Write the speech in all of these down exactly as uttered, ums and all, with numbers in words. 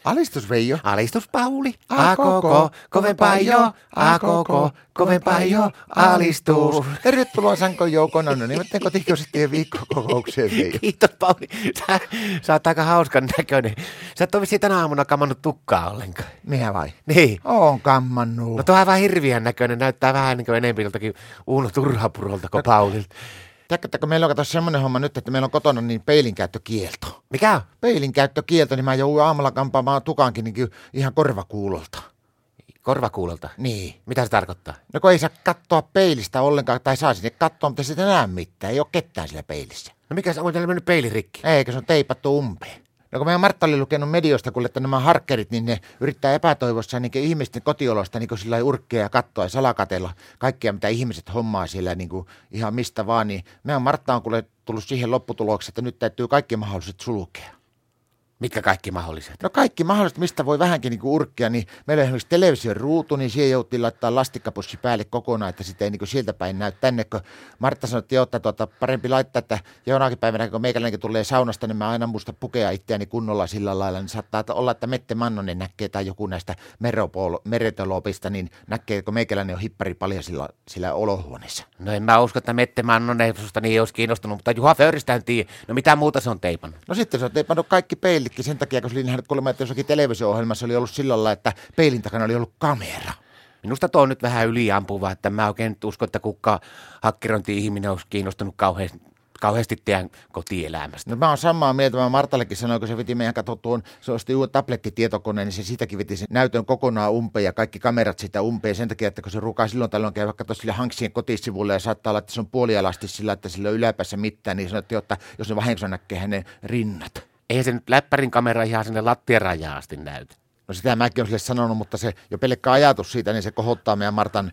Alistus Veijo. Alistus Pauli. A koko, kovempaa jo. A koko, kovempaa jo. Alistus. Tervetuloa Sanko Joukona. No niin, mä teen kotikosittiin viikkokokoukseen Veijo. Kiitos Pauli. Sä, sä oot aika hauskan näköinen. Sä et ole vissiin tänä aamuna kammannut tukkaa ollenkaan. Minä vai? Niin. Oon kammannut. No tuo on vähän hirviän näköinen. Näyttää vähän niin kuin enemmän joltakin Uuno Turhapurolta kuin Paulilta. Tiedätkö, kun meillä on kato semmoinen homma nyt, että meillä on kotona niin peilinkäyttökielto. Mikä on? Peilinkäyttökielto, niin mä jouduin aamulla kampaamaan tukankin niin ihan korvakuulolta. Korvakuulolta? Niin. Mitä se tarkoittaa? No kun ei saa katsoa peilistä ollenkaan, tai saa sinne katsoa, mutta sitten näe mitään. Ei ole ketään siellä peilissä. No mikä se on täällä mennyt peilirikki? Eikö se on teipattu umpeen? No kun meidän Martta oli lukenut mediosta, kuule, että nämä harkkerit, niin ne yrittää epätoivossa niin ihmisten kotiolosta niin sillä lailla urkkia ja katsoa ja salakatella kaikkea, mitä ihmiset hommaa siellä niin kuin ihan mistä vaan. Niin meidän Martta on kuule tullut siihen lopputulokseen, että nyt täytyy kaikki mahdolliset sulkea. Mitkä kaikki mahdolliset? No kaikki mahdolliset, mistä voi vähänkin niin kuin urkkia, niin meillä on esimerkiksi television ruutu, niin siihen jouttiin laittaa lastikkapussi päälle kokonaan, että sitä ei niin kuin sieltä päin näy tänne, kun Martta sanoi, että, jo, että tuota, parempi laittaa, että jonakin päivänä, kun meikäläinenkin tulee saunasta, niin mä aina muista pukea itseäni kunnolla sillä lailla, niin saattaa olla, että Mette Mannonen näkee tai joku näistä meretolopista, niin näkee, kun meikäläinen on hippari paljon sillä, sillä olohuoneessa. No en mä usko, että Mette Mannonen susta niin ei olisi kiinnostunut, mutta Juha Föyristään tiedä. No mitä muuta se on teipannut? No sitten se on teipannut kaikki peilit. Sen takia, kun se oli nähnyt kuulemma, että jossakin televisio-ohjelmassa oli ollut sillä lailla, että peilin takana oli ollut kamera. Minusta tuo on nyt vähän yliampuva, että mä oikein nyt uskon, että kukaan hakkerointi-ihminen olisi kiinnostunut kauheasti, kauheasti teidän kotielämästä. No mä oon samaa mieltä, mä Martallekin sanoin, kun se veti meidän katsoa tuon, se osti uuden tablettitietokoneen, niin se siitäkin veti sen näytön kokonaan umpeen ja kaikki kamerat sitä umpeen sen takia, että kun se ruukaa silloin tällöin käy vaikka tuossa sille Hanksien kotisivulle ja saattaa olla, että se on puolialasti sillä, että sillä on yläpäässä mitään, niin sanottiin, että jos ne vahingossa näkee hänen rinnat. Eihän se nyt läppärin kamera ihan sinne lattiarajaan asti näytä. No sitä mäkin olen sille sanonut, mutta se jo pelkkä ajatus siitä, niin se kohottaa meidän Martan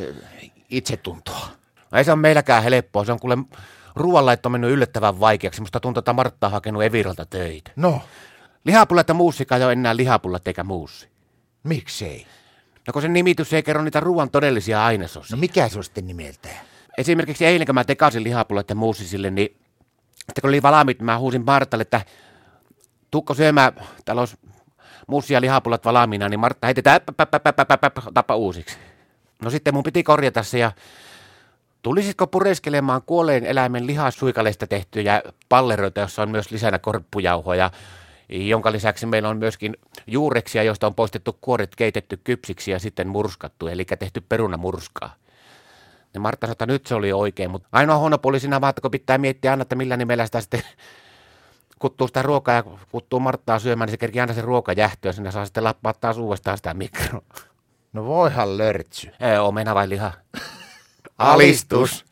itsetuntoa. No ei se ole meilläkään helppoa. Se on kuule ruoanlaitto mennyt yllättävän vaikeaksi. Musta tuntuu, että Martta on hakenut Eviralta töitä. No? Lihapullat ja muussika ei ole enää lihapullat eikä muussi. Miksei? No kun sen nimitys ei kerro niitä ruoan todellisia ainesosia. No mikä se on sitten nimeltään? Esimerkiksi eilen, kun mä tekasin lihapullat ja muussisille, niin sitten kun oli valmiit, mä huusin Martalle, että tukko syömään, täällä olisi muussia lihapullat valmiina, niin Martta heitetään tappa uusiksi. No sitten mun piti korjata se ja tulisitko pureskelemaan kuolleen eläimen lihassuikaleista tehtyjä palleroita, jossa on myös lisänä korppujauhoja, jonka lisäksi meillä on myöskin juureksia, joista on poistettu kuoret, keitetty kypsiksi ja sitten murskattu, eli tehty perunamurskaa. Ja Martta sanoi, että nyt se oli oikein, mutta ainoa huono puoli siinä vaan, että kun pitää miettiä aina, että millä nimellä sitä sitten kuttuu sitä ruokaa ja kuttuu Marttaa syömään, niin se kerkii aina se ruoka jähtyä, sinne saa sitten lappaa taas uudestaan sitä mikroa. No voihan lörtsy. Ei, omena vai liha? Alistus.